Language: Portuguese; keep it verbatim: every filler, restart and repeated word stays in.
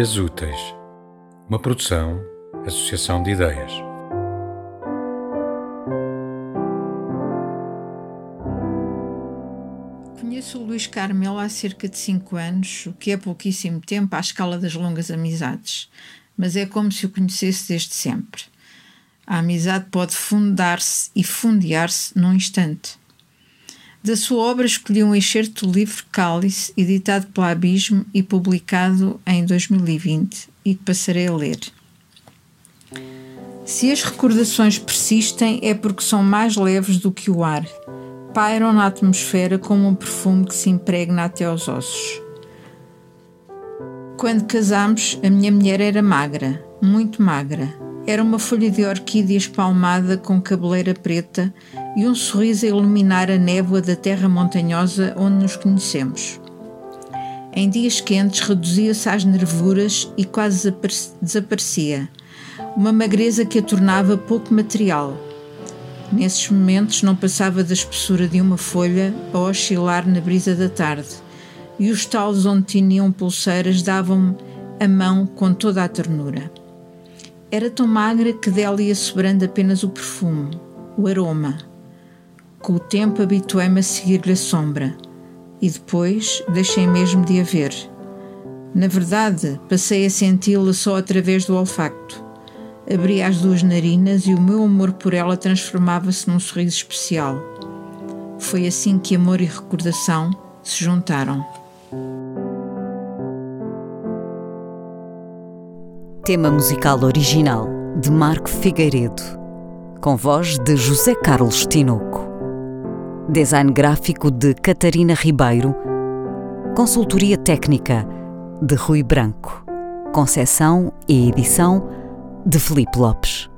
Dias Úteis, uma produção, associação de ideias. Conheço o Luís Carmelo há cerca de cinco anos, o que é pouquíssimo tempo à escala das longas amizades, mas é como se o conhecesse desde sempre. A amizade pode fundar-se e fundear-se num instante. Da sua obra escolhi um excerto do livro Cálice, editado pela Abismo e publicado em dois mil e vinte, e que passarei a ler. Se as recordações persistem é porque são mais leves do que o ar. Pairam na atmosfera como um perfume que se impregna até aos ossos. Quando casámos, a minha mulher era magra, muito magra. Era uma folha de orquídea espalmada com cabeleira preta e um sorriso a iluminar a névoa da terra montanhosa onde nos conhecemos. Em dias quentes reduzia-se às nervuras e quase desaparecia, uma magreza que a tornava pouco material. Nesses momentos não passava da espessura de uma folha a oscilar na brisa da tarde, e os talos onde tiniam pulseiras davam-me a mão com toda a ternura. Era tão magra que dela ia sobrando apenas o perfume, o aroma. Com o tempo habituei-me a seguir-lhe a sombra, e depois deixei mesmo de a ver. Na verdade, passei a senti-la só através do olfacto. Abria as duas narinas e o meu amor por ela transformava-se num sorriso especial. Foi assim que amor e recordação se juntaram. Tema musical original de Marco Figueiredo, com voz de José Carlos Tinoco. Design gráfico de Catarina Ribeiro. Consultoria técnica de Rui Branco. Conceção e edição de Filipe Lopes.